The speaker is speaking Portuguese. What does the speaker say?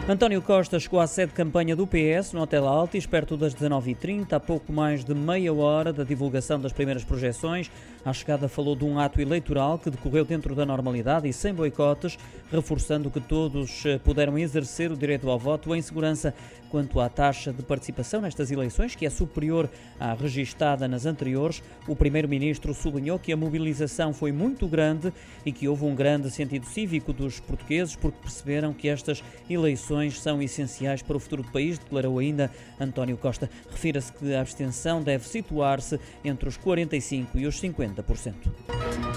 António Costa chegou à sede de campanha do PS, no Hotel Altis, perto das 19h30, a pouco mais de meia hora da divulgação das primeiras projeções. À chegada falou de um ato eleitoral que decorreu dentro da normalidade e sem boicotes, reforçando que todos puderam exercer o direito ao voto em segurança. Quanto à taxa de participação nestas eleições, que é superior à registada nas anteriores, o primeiro-ministro sublinhou que a mobilização foi muito grande e que houve um grande sentido cívico dos portugueses porque perceberam que estas eleições são essenciais para o futuro do país, declarou ainda António Costa. Refira-se que a abstenção deve situar-se entre os 45% e os 50%.